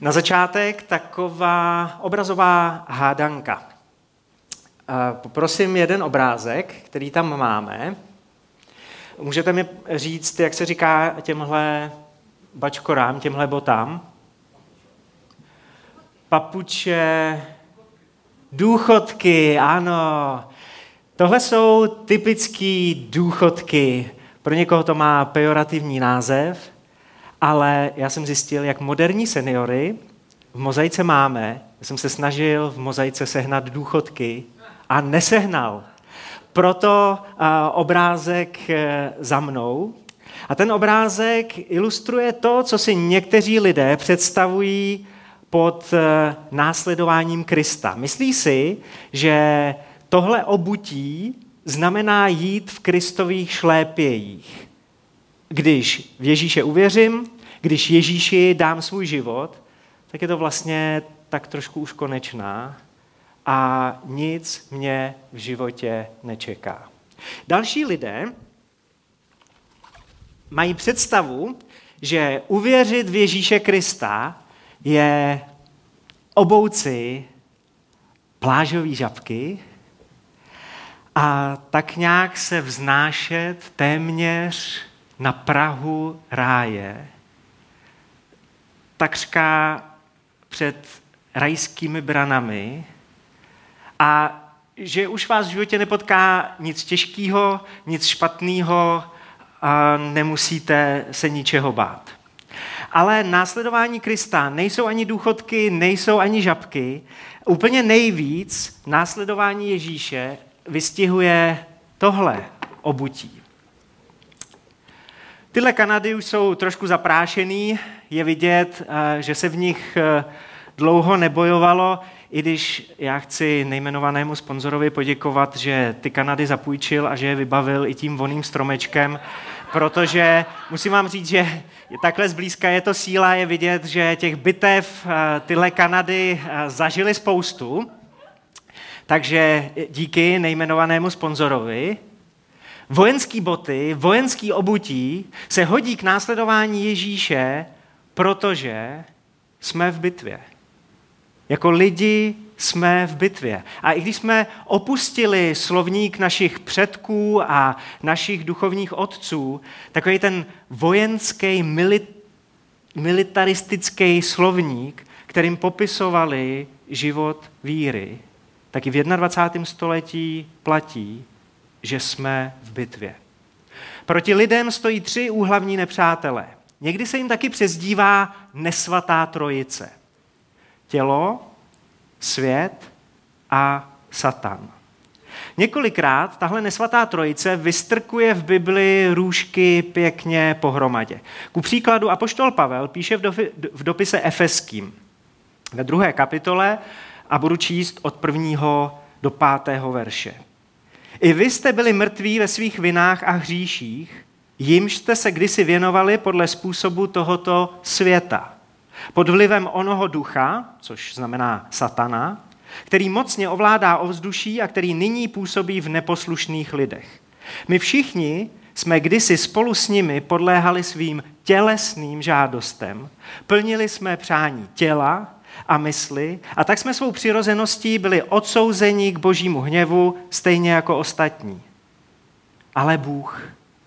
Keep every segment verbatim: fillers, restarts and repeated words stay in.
Na začátek taková obrazová hádanka. Poprosím jeden obrázek, který tam máme. Můžete mi říct, jak se říká těmhle bačkorám, těmhle botám? Papuče, důchodky, ano. Tohle jsou typický důchodky. Pro někoho to má pejorativní název, ale já jsem zjistil, jak moderní seniory v mozaice máme. Já jsem se snažil v mozaice sehnat důchodky a nesehnal. Proto uh, obrázek uh, za mnou. A ten obrázek ilustruje to, co si někteří lidé představují pod uh, následováním Krista. Myslí si, že tohle obutí znamená jít v Kristových šlépějích. Když v Ježíše uvěřím, když Ježíši dám svůj život, tak je to vlastně tak trošku už konečná a nic mě v životě nečeká. Další lidé mají představu, že uvěřit v Ježíše Krista je obouci plážové žabky a tak nějak se vznášet téměř na prahu ráje, takřka před rajskými branami a že už vás v životě nepotká nic těžkého, nic špatného a nemusíte se ničeho bát. Ale následování Krista nejsou ani důchodky, nejsou ani žabky. Úplně nejvíc následování Ježíše vystihuje tohle obutí. Tyhle Kanady už jsou trošku zaprášený, je vidět, že se v nich dlouho nebojovalo, i když já chci nejmenovanému sponzorovi poděkovat, že ty Kanady zapůjčil a že je vybavil i tím vonným stromečkem, protože musím vám říct, že takhle zblízka je to síla, je vidět, že těch bitev tyhle Kanady zažili spoustu, takže díky nejmenovanému sponzorovi. Vojenský boty, vojenský obutí se hodí k následování Ježíše, protože jsme v bitvě. Jako lidi jsme v bitvě. A i když jsme opustili slovník našich předků a našich duchovních otců, takový ten vojenský, militaristický slovník, kterým popisovali život víry, tak i v dvacátém prvním století platí, že jsme v bitvě. Proti lidem stojí tři úhlavní nepřátelé. Někdy se jim taky přezdívá nesvatá trojice. Tělo, svět a Satan. Několikrát tahle nesvatá trojice vystrkuje v Bibli růžky pěkně pohromadě. Ku příkladu apoštol Pavel píše v dopise Efeským ve druhé kapitole a budu číst od prvního do pátého verše. I vy jste byli mrtví ve svých vinách a hříších, jimž jste se kdysi věnovali podle způsobu tohoto světa. Pod vlivem onoho ducha, což znamená satana, který mocně ovládá ovzduší a který nyní působí v neposlušných lidech. My všichni jsme kdysi spolu s nimi podléhali svým tělesným žádostem, plnili jsme přání těla a mysli a tak jsme svou přirozeností byli odsouzeni k božímu hněvu stejně jako ostatní. Ale Bůh,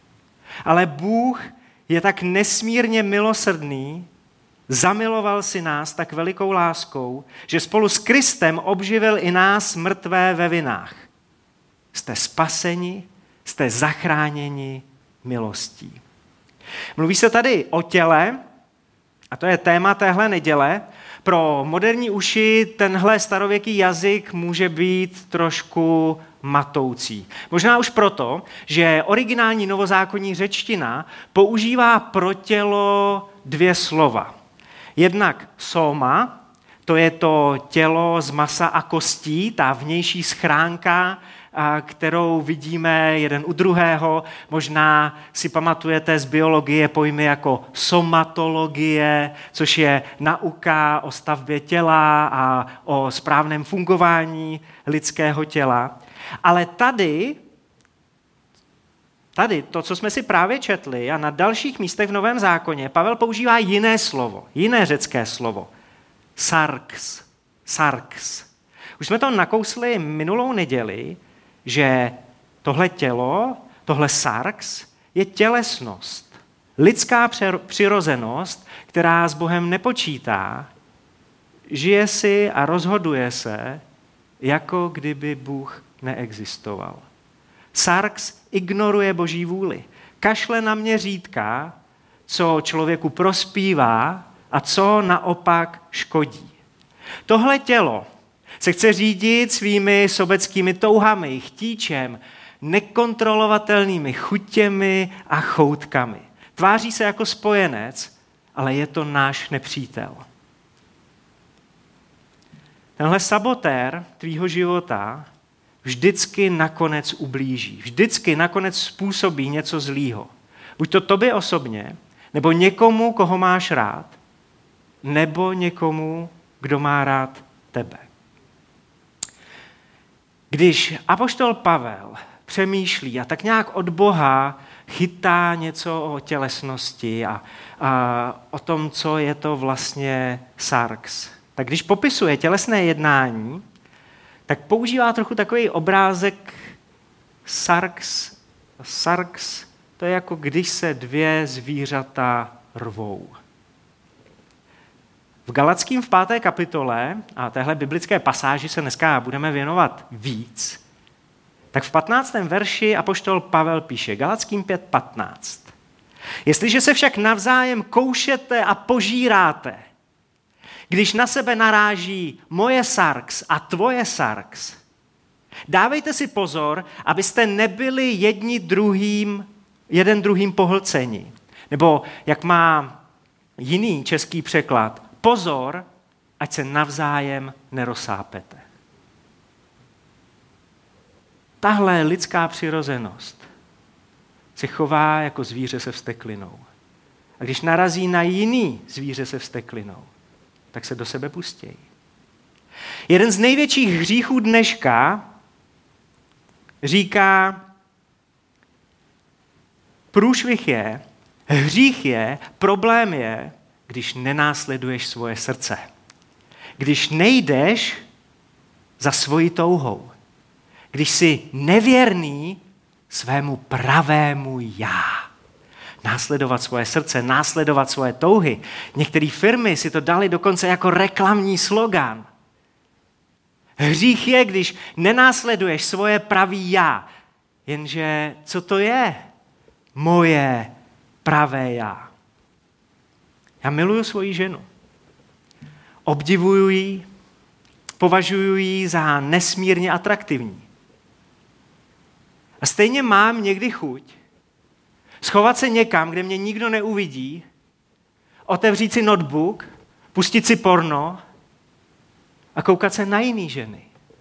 ale Bůh je tak nesmírně milosrdný, zamiloval si nás tak velikou láskou, že spolu s Kristem obživil i nás mrtvé ve vinách. Jste spaseni, jste zachráněni milostí. Mluví se tady o těle, a to je téma téhle neděle. Pro moderní uši tenhle starověký jazyk může být trošku matoucí. Možná už proto, že originální novozákonní řečtina používá pro tělo dvě slova. Jednak soma, to je to tělo z masa a kostí, ta vnější schránka, kterou vidíme jeden u druhého. Možná si pamatujete z biologie pojmy jako somatologie, což je nauka o stavbě těla a o správném fungování lidského těla. Ale tady, tady to, co jsme si právě četli a na dalších místech v Novém zákoně, Pavel používá jiné slovo, jiné řecké slovo. sarx, sarx. Už jsme to nakousli minulou neděli, že tohle tělo, tohle sarx, je tělesnost. Lidská přirozenost, která s Bohem nepočítá, žije si a rozhoduje se, jako kdyby Bůh neexistoval. Sarx ignoruje Boží vůli. Kašle na měřítka, co člověku prospívá a co naopak škodí. Tohle tělo se chce řídit svými sobeckými touhami, chtíčem, nekontrolovatelnými chutěmi a choutkami. Tváří se jako spojenec, ale je to náš nepřítel. Tenhle sabotér tvýho života vždycky nakonec ublíží. Vždycky nakonec způsobí něco zlýho. Buď to tobě osobně, nebo někomu, koho máš rád, nebo někomu, kdo má rád tebe. Když apoštol Pavel přemýšlí a tak nějak od Boha chytá něco o tělesnosti a, a o tom, co je to vlastně sarx, tak když popisuje tělesné jednání, tak používá trochu takový obrázek sarx. Sarx, to je jako když se dvě zvířata rvou. V Galackým v páté kapitole, a téhle biblické pasáži se dneska budeme věnovat víc, tak v patnáctém verši apoštol Pavel píše, Galackým pět patnáct. Jestliže se však navzájem koušete a požíráte, když na sebe naráží moje sarx a tvoje sarx, dávejte si pozor, abyste nebyli jedni druhým, jeden druhým pohlceni. Nebo jak má jiný český překlad, pozor, ať se navzájem nerozsápete. Tahle lidská přirozenost se chová jako zvíře se vzteklinou. A když narazí na jiný zvíře se vzteklinou, tak se do sebe pustějí. Jeden z největších hříchů dneška říká, průšvih je, hřích je, problém je, když nenásleduješ svoje srdce. Když nejdeš za svojí touhou. Když jsi nevěrný svému pravému já. Následovat svoje srdce, následovat svoje touhy. Některé firmy si to dali dokonce jako reklamní slogan. Hřích je, když nenásleduješ svoje pravý já. Jenže co to je? Moje pravé já. Já miluju svoji ženu. Obdivuju ji, považuji ji za nesmírně atraktivní. A stejně mám někdy chuť schovat se někam, kde mě nikdo neuvidí, otevřít si notebook, pustit si porno a koukat se na jiný ženy.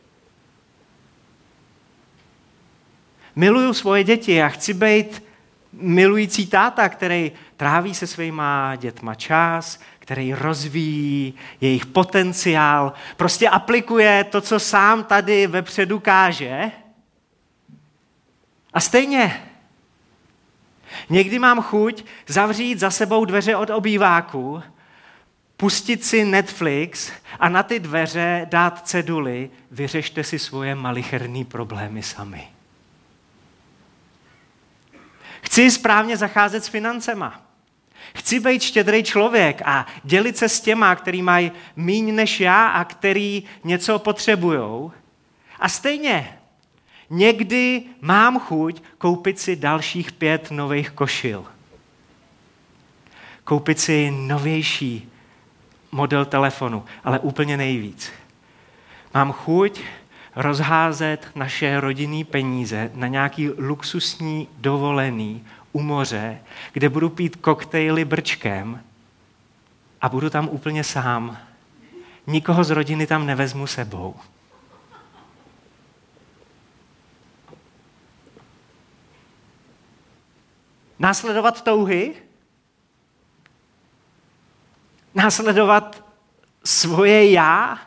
Miluju svoje děti a chci být milující táta, který tráví se svýma dětma čas, který rozvíjí jejich potenciál, prostě aplikuje to, co sám tady vepředu káže. A stejně někdy mám chuť zavřít za sebou dveře od obýváku, pustit si Netflix a na ty dveře dát ceduly, vyřešte si svoje malicherný problémy sami. Chci správně zacházet s financema. Chci být štědrý člověk a dělit se s těma, který mají míň než já a který něco potřebujou. A stejně někdy mám chuť koupit si dalších pět nových košil. Koupit si novější model telefonu, ale úplně nejvíc. Mám chuť rozházet naše rodinné peníze na nějaký luxusní dovolený u moře, kde budu pít koktejly brčkem a budu tam úplně sám. Nikoho z rodiny tam nevezmu sebou. Následovat touhy? Následovat svoje já?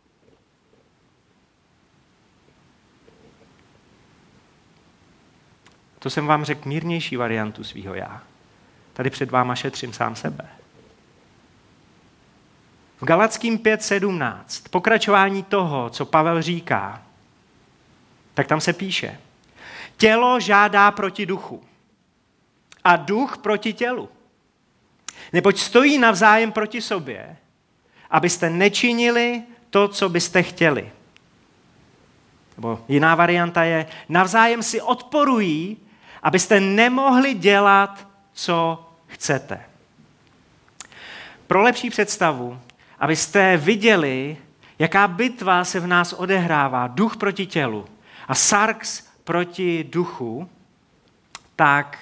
To jsem vám řekl mírnější variantu svýho já. Tady před váma šetřím sám sebe. V Galackým pět sedmnáct, pokračování toho, co Pavel říká, tak tam se píše: tělo žádá proti duchu a duch proti tělu. Neboť stojí navzájem proti sobě, abyste nečinili to, co byste chtěli. Nebo jiná varianta je: navzájem si odporují, abyste nemohli dělat, co chcete. Pro lepší představu, abyste viděli, jaká bitva se v nás odehrává, duch proti tělu a sarx proti duchu, tak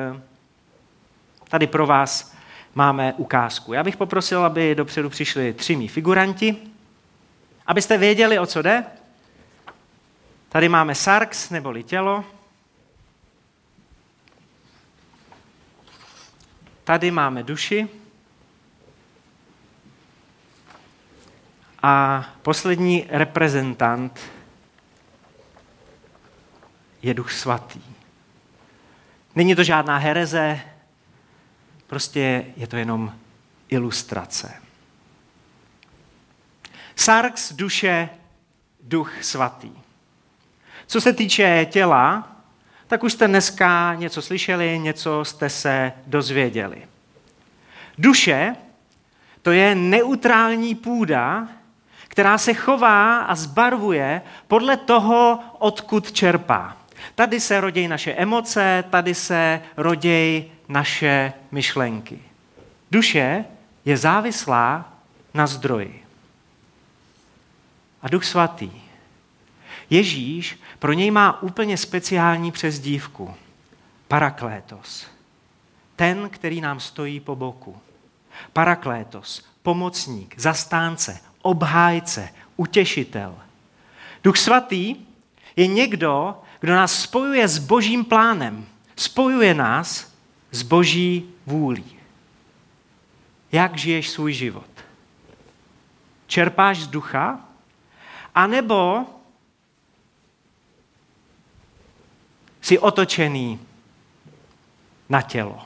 tady pro vás máme ukázku. Já bych poprosil, aby dopředu přišli tři mí figuranti, abyste věděli, o co jde. Tady máme sarx, neboli tělo. Tady máme duši. A poslední reprezentant je Duch Svatý. Není to žádná hereze, prostě je to jenom ilustrace. Sarx, duše, Duch Svatý. Co se týče těla, tak už jste dneska něco slyšeli, něco jste se dozvěděli. Duše, to je neutrální půda, která se chová a zbarvuje podle toho, odkud čerpá. Tady se rodí naše emoce, tady se rodí naše myšlenky. Duše je závislá na zdroji. A Duch Svatý. Ježíš pro něj má úplně speciální přezdívku. Paraklétos. Ten, který nám stojí po boku. Paraklétos, pomocník, zastánce, obhájce, utěšitel. Duch Svatý je někdo, kdo nás spojuje s Božím plánem. Spojuje nás s Boží vůlí. Jak žiješ svůj život? Čerpáš z ducha? A nebo jsi otočený na tělo?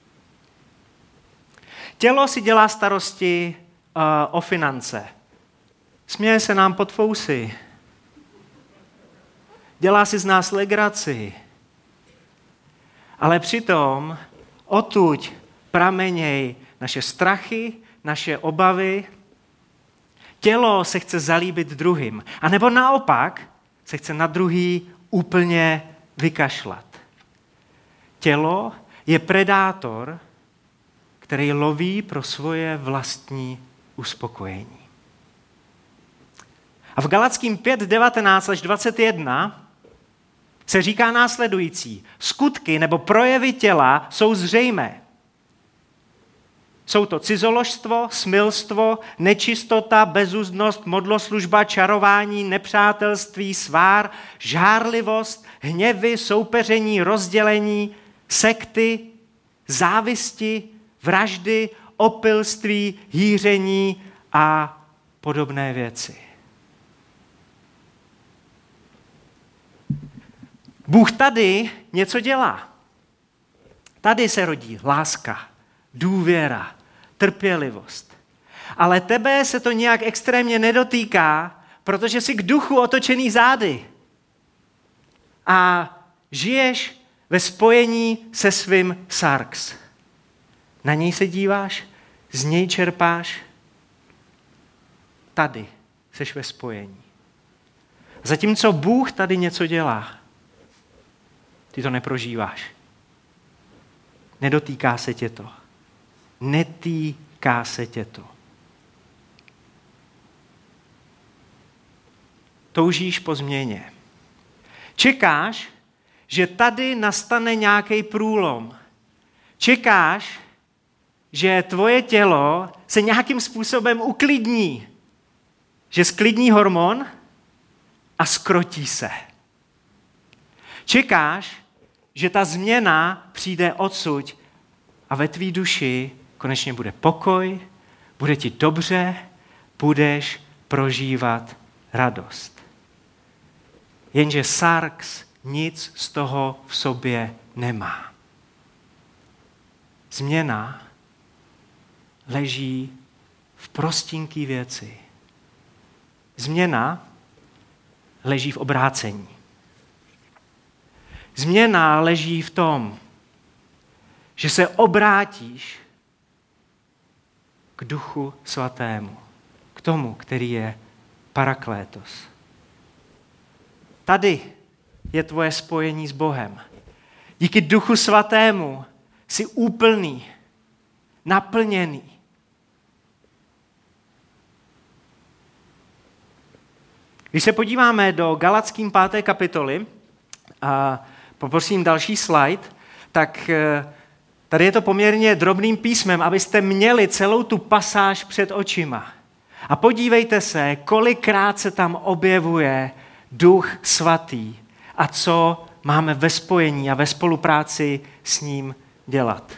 Tělo si dělá starosti uh, o finance. Směje se nám pod fousy. Dělá si z nás legraci. Ale přitom odtud prameněj naše strachy, naše obavy. Tělo se chce zalíbit druhým. A nebo naopak se chce na druhý úplně vykašlat. Tělo je predátor, který loví pro svoje vlastní uspokojení. A v Galackým pět devatenáct až dvacet jedna se říká následující. Skutky nebo projevy těla jsou zřejmé. Jsou to cizoložstvo, smilstvo, nečistota, bezúzdnost, modloslužba, čarování, nepřátelství, svár, žárlivost, hněvy, soupeření, rozdělení, sekty, závisti, vraždy, opilství, hýření a podobné věci. Bůh tady něco dělá. Tady se rodí láska, důvěra, trpělivost. Ale tebe se to nějak extrémně nedotýká, protože jsi k duchu otočený zády. A žiješ ve spojení se svým sarx. Na něj se díváš, z něj čerpáš. Tady seš ve spojení. Zatímco Bůh tady něco dělá, ty to neprožíváš. Nedotýká se tě to. Netýká se tě to. Toužíš po změně. Čekáš, že tady nastane nějaký průlom. Čekáš, že tvoje tělo se nějakým způsobem uklidní. Že sklidní hormon a zkrotí se. Čekáš, že ta změna přijde odsud a ve tvý duši konečně bude pokoj, bude ti dobře, budeš prožívat radost. Jenže sarx nic z toho v sobě nemá. Změna leží v prostinký věci. Změna leží v obrácení. Změna leží v tom, že se obrátíš k Duchu Svatému, k tomu, který je Paraklétos. Tady je tvoje spojení s Bohem. Díky Duchu Svatému jsi úplný, naplněný. Když se podíváme do Galatským páté kapitoly, a poprosím další slide, tak tady je to poměrně drobným písmem, abyste měli celou tu pasáž před očima. A podívejte se, kolikrát se tam objevuje Duch Svatý a co máme ve spojení a ve spolupráci s ním dělat.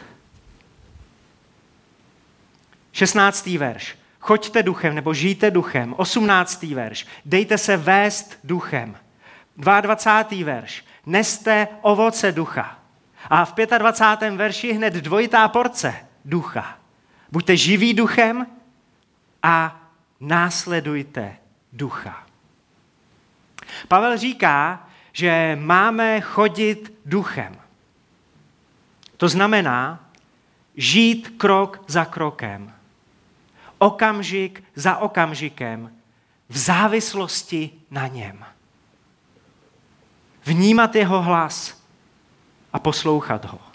šestnáctý verš. Choďte duchem nebo žijte duchem. osmnáctý verš. Dejte se vést duchem. dvacátý druhý verš. Neste ovoce ducha. A v dvacátém pátém verši hned dvojitá porce ducha. Buďte živí duchem a následujte ducha. Pavel říká, že máme chodit duchem. To znamená žít krok za krokem. Okamžik za okamžikem v závislosti na něm. Vnímat jeho hlas a poslouchat ho.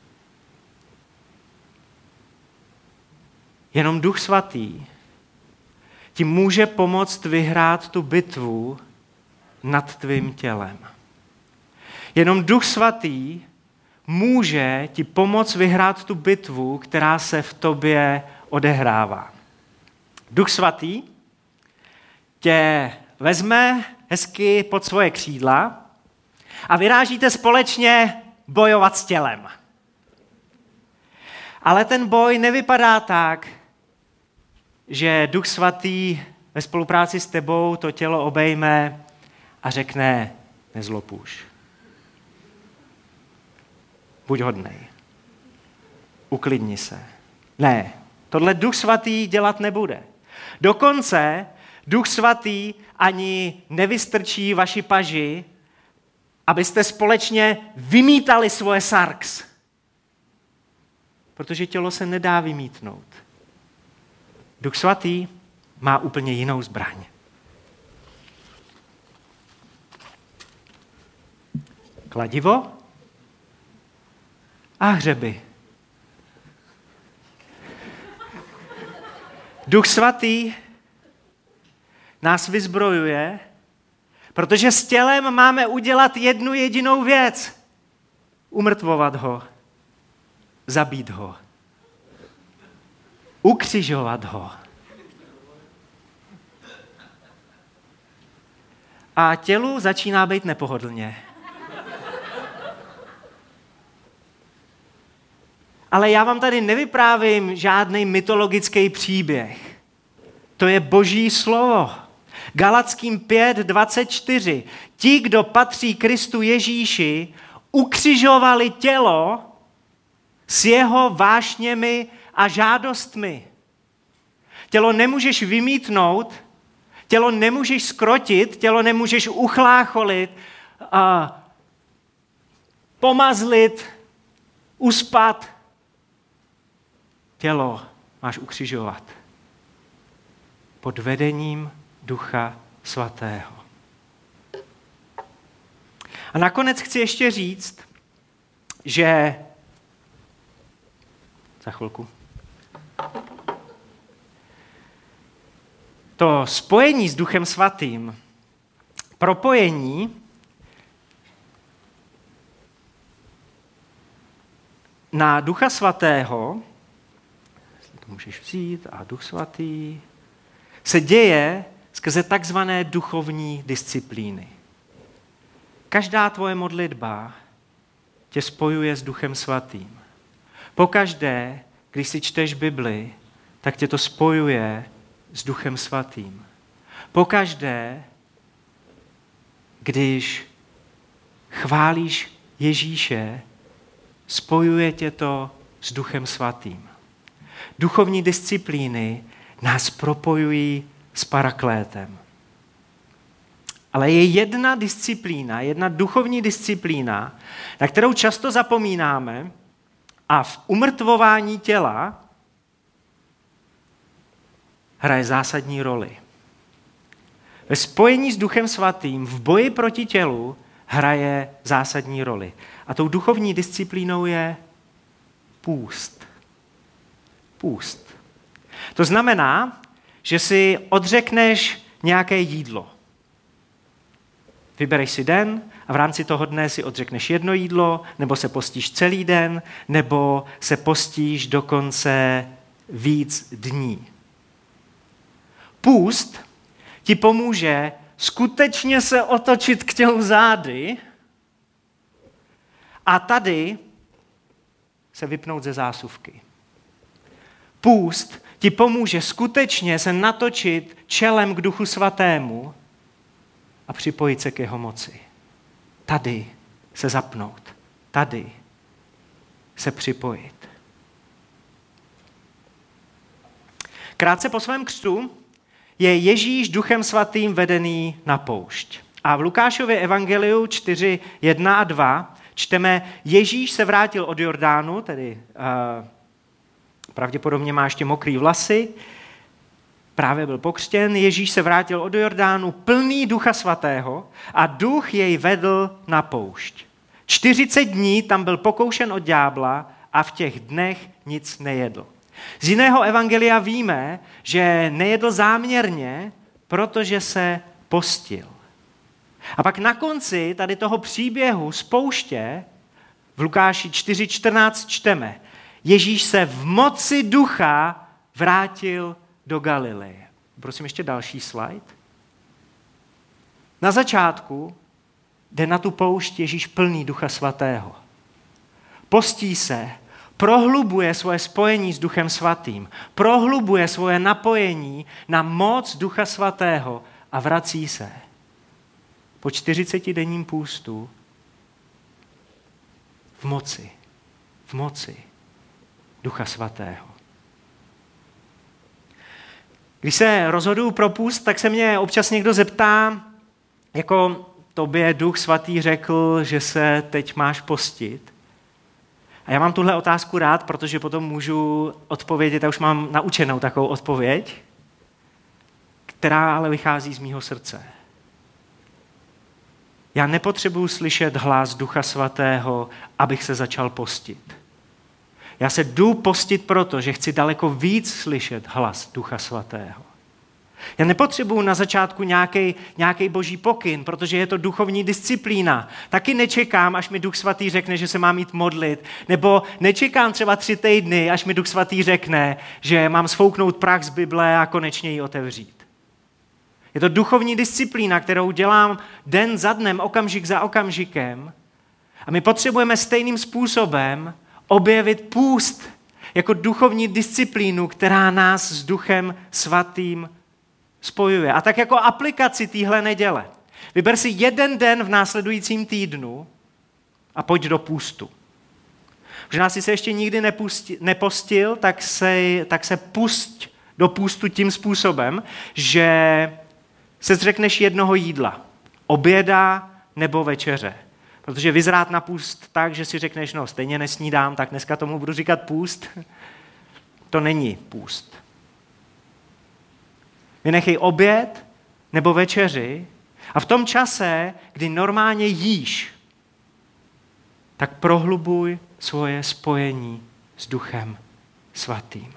Jenom Duch Svatý ti může pomoct vyhrát tu bitvu nad tvým tělem. Jenom Duch Svatý může ti pomoct vyhrát tu bitvu, která se v tobě odehrává. Duch Svatý tě vezme hezky pod svoje křídla a vyrážíte společně bojovat s tělem. Ale ten boj nevypadá tak, že Duch Svatý ve spolupráci s tebou to tělo obejme a řekne, nezlob už. Buď hodnej. Uklidni se. Ne, tohle Duch Svatý dělat nebude. Dokonce Duch Svatý ani nevystrčí vaši paži, abyste společně vymítali svoje sarx. Protože tělo se nedá vymítnout. Duch Svatý má úplně jinou zbraň. Kladivo a hřeby. Duch Svatý nás vyzbrojuje, protože s tělem máme udělat jednu jedinou věc. Umrtvovat ho, zabít ho, ukřižovat ho. A tělu začíná být nepohodlně. Ale já vám tady nevyprávím žádný mytologický příběh. To je Boží slovo. Galatským pět dvacet čtyři. Ti, kdo patří Kristu Ježíši, ukřižovali tělo s jeho vášněmi a žádostmi. Tělo nemůžeš vymítnout, tělo nemůžeš skrotit, tělo nemůžeš uchlácholit, a pomazlit, uspat. Tělo máš ukřižovat pod vedením Ducha Svatého. A nakonec chci ještě říct, že za chvilku to spojení s Duchem Svatým, propojení na Ducha Svatého, to můžeš vzít, a Duch Svatý, se děje skrze takzvané duchovní disciplíny. Každá tvoje modlitba tě spojuje s Duchem Svatým. Pokaždé, když si čteš Bibli, tak tě to spojuje s Duchem Svatým. Pokaždé, když chválíš Ježíše, spojuje tě to s Duchem Svatým. Duchovní disciplíny nás propojují s Paraklétem. Ale je jedna disciplína, jedna duchovní disciplína, na kterou často zapomínáme a v umrtvování těla hraje zásadní roli. Ve spojení s Duchem Svatým v boji proti tělu hraje zásadní roli. A tou duchovní disciplínou je půst. Půst. To znamená, že si odřekneš nějaké jídlo. Vybereš si den a v rámci toho dne si odřekneš jedno jídlo, nebo se postíš celý den, nebo se postíš dokonce víc dní. Půst ti pomůže skutečně se otočit k tělu zády a tady se vypnout ze zásuvky. Půst ti pomůže skutečně se natočit čelem k Duchu Svatému a připojit se k jeho moci. Tady se zapnout. Tady se připojit. Krátce po svém křtu je Ježíš Duchem Svatým vedený na poušť. A v Lukášově evangeliu čtyři, jedna a dva čteme, Ježíš se vrátil od Jordánu, tedy uh, pravděpodobně má ještě mokrý vlasy, právě byl pokřtěn, Ježíš se vrátil od Jordánu plný Ducha Svatého a duch jej vedl na poušť. čtyřicet dní tam byl pokoušen od ďábla a v těch dnech nic nejedl. Z jiného evangelia víme, že nejedl záměrně, protože se postil. A pak na konci tady toho příběhu z pouště v Lukáši čtyři čtrnáct čteme, Ježíš se v moci ducha vrátil do Galileje. Prosím ještě další slide. Na začátku jde na tu poušť Ježíš plný Ducha Svatého. Postí se, prohlubuje svoje spojení s Duchem Svatým, prohlubuje svoje napojení na moc Ducha Svatého a vrací se. Po čtyřicetidenním půstu v moci, v moci Ducha Svatého. Když se rozhoduju pro půst, tak se mě občas někdo zeptá, jako tobě Duch Svatý řekl, že se teď máš postit. A já mám tuhle otázku rád, protože potom můžu odpovědět, já už mám naučenou takovou odpověď, která ale vychází z mýho srdce. Já nepotřebuji slyšet hlas Ducha Svatého, abych se začal postit. Já se jdu postit proto, že chci daleko víc slyšet hlas Ducha Svatého. Já nepotřebuji na začátku nějaký, nějaký boží pokyn, protože je to duchovní disciplína. Taky nečekám, až mi Duch Svatý řekne, že se mám jít modlit, nebo nečekám třeba tři týdny, až mi Duch Svatý řekne, že mám sfouknout prach z Bible a konečně ji otevřít. Je to duchovní disciplína, kterou dělám den za dnem, okamžik za okamžikem. A my potřebujeme stejným způsobem objevit půst jako duchovní disciplínu, která nás s Duchem Svatým spojuje. A tak jako aplikaci téhle neděle. Vyber si jeden den v následujícím týdnu a pojď do půstu. Možná si se ještě nikdy nepusti, nepostil, tak se, tak se pusť do půstu tím způsobem, že se zřekneš jednoho jídla. Oběda nebo večeře. Protože vyzrát na půst tak, že si řekneš, no stejně nesnídám, tak dneska tomu budu říkat půst. To není půst. Vynechej oběd nebo večeři a v tom čase, kdy normálně jíš, tak prohlubuj svoje spojení s Duchem Svatým.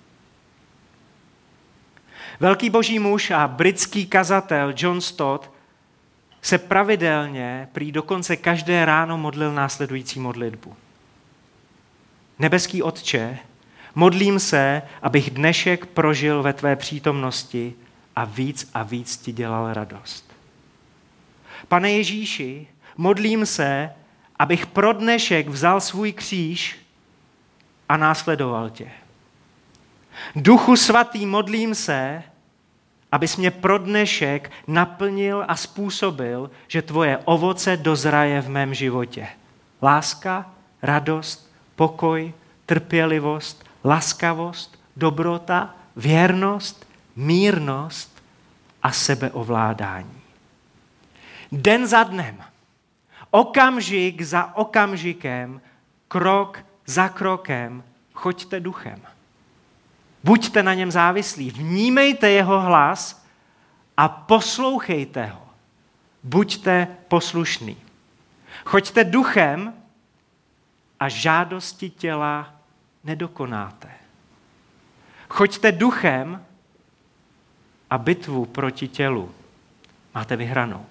Velký boží muž a britský kazatel John Stott se pravidelně, prý dokonce každé ráno modlil následující modlitbu. Nebeský Otče, modlím se, abych dnešek prožil ve tvé přítomnosti a víc a víc ti dělal radost. Pane Ježíši, modlím se, abych pro dnešek vzal svůj kříž a následoval tě. Duchu Svatý, modlím se, abys mě pro dnešek naplnil a způsobil, že tvoje ovoce dozraje v mém životě. Láska, radost, pokoj, trpělivost, laskavost, dobrota, věrnost, mírnost a sebeovládání. Den za dnem, okamžik za okamžikem, krok za krokem, choďte duchem. Buďte na něm závislí, vnímejte jeho hlas a poslouchejte ho. Buďte poslušní. Choďte duchem a žádosti těla nedokonáte. Choďte duchem a bitvu proti tělu máte vyhranou.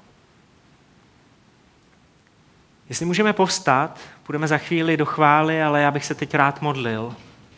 Jestli můžeme povstat, půjdeme za chvíli do chvály, ale já bych se teď rád modlil.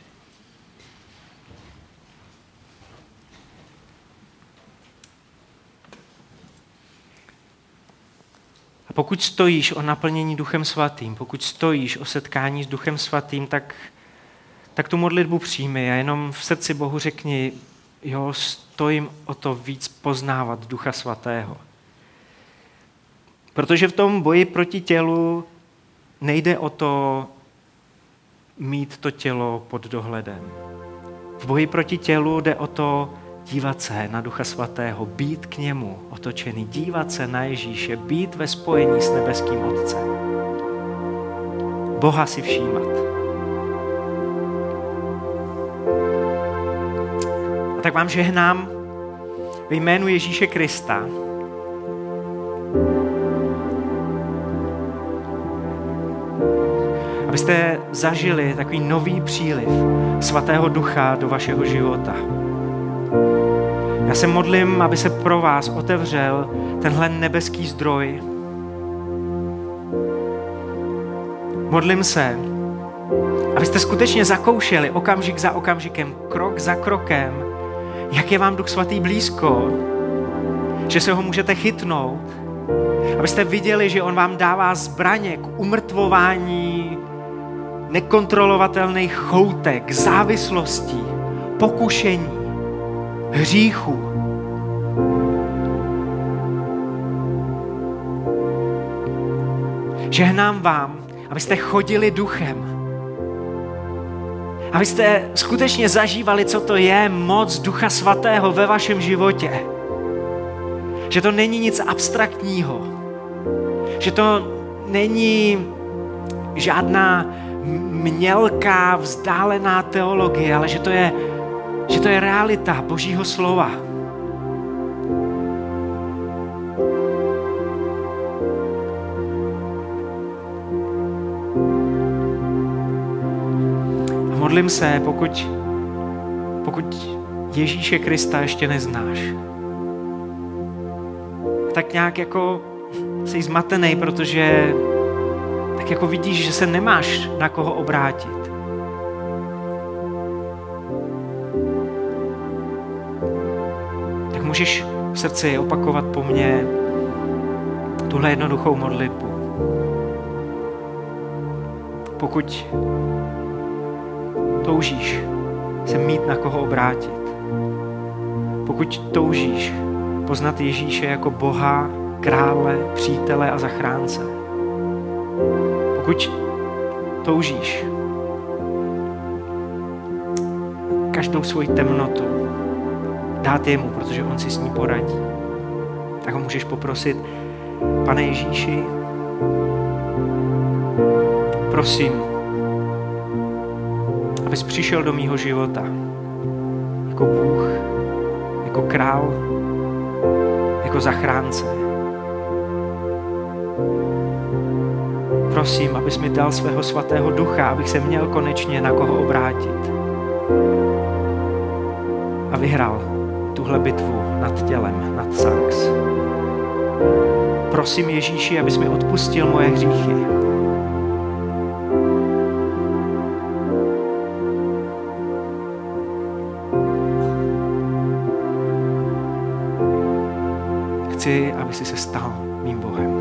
A pokud stojíš o naplnění Duchem Svatým, pokud stojíš o setkání s Duchem Svatým, tak, tak tu modlitbu přijmi a jenom v srdci Bohu řekni, jo, stojím o to víc poznávat Ducha Svatého. Protože v tom boji proti tělu nejde o to mít to tělo pod dohledem. V boji proti tělu jde o to dívat se na Ducha Svatého, být k němu otočený, dívat se na Ježíše, být ve spojení s nebeským Otcem. Boha si všímat. A tak vám žehnám ve jménu Ježíše Krista, abyste zažili takový nový příliv Svatého Ducha do vašeho života. Já se modlím, aby se pro vás otevřel tenhle nebeský zdroj. Modlím se, abyste skutečně zakoušeli okamžik za okamžikem, krok za krokem, jak je vám Duch Svatý blízko, že se ho můžete chytnout, abyste viděli, že on vám dává zbraně k umrtvování nekontrolovatelných choutek, závislostí, pokušení, hříchu. Žehnám vám, abyste chodili duchem. Abyste skutečně zažívali, co to je moc Ducha Svatého ve vašem životě. Že to není nic abstraktního. Že to není žádná mělká, vzdálená teologie, ale že to je, že to je realita Božího slova. A modlím se, pokud, pokud Ježíše Krista ještě neznáš, tak nějak jako jsi zmatený, protože tak jako vidíš, že se nemáš na koho obrátit. Tak můžeš v srdci opakovat po mně tuhle jednoduchou modlitbu. Pokud toužíš se mít na koho obrátit, pokud toužíš poznat Ježíše jako Boha, krále, přítele a zachránce, pokud toužíš každou svoji temnotu dát jemu, protože on si s ní poradí, tak ho můžeš poprosit: Pane Ježíši, prosím, abys přišel do mýho života jako Bůh, jako král, jako zachránce. Prosím, abys mi dal svého Svatého Ducha, abych se měl konečně na koho obrátit. A vyhrál tuhle bitvu nad tělem, nad Sanks. Prosím Ježíši, abys mi odpustil moje hříchy. Chci, aby si se stal mým Bohem.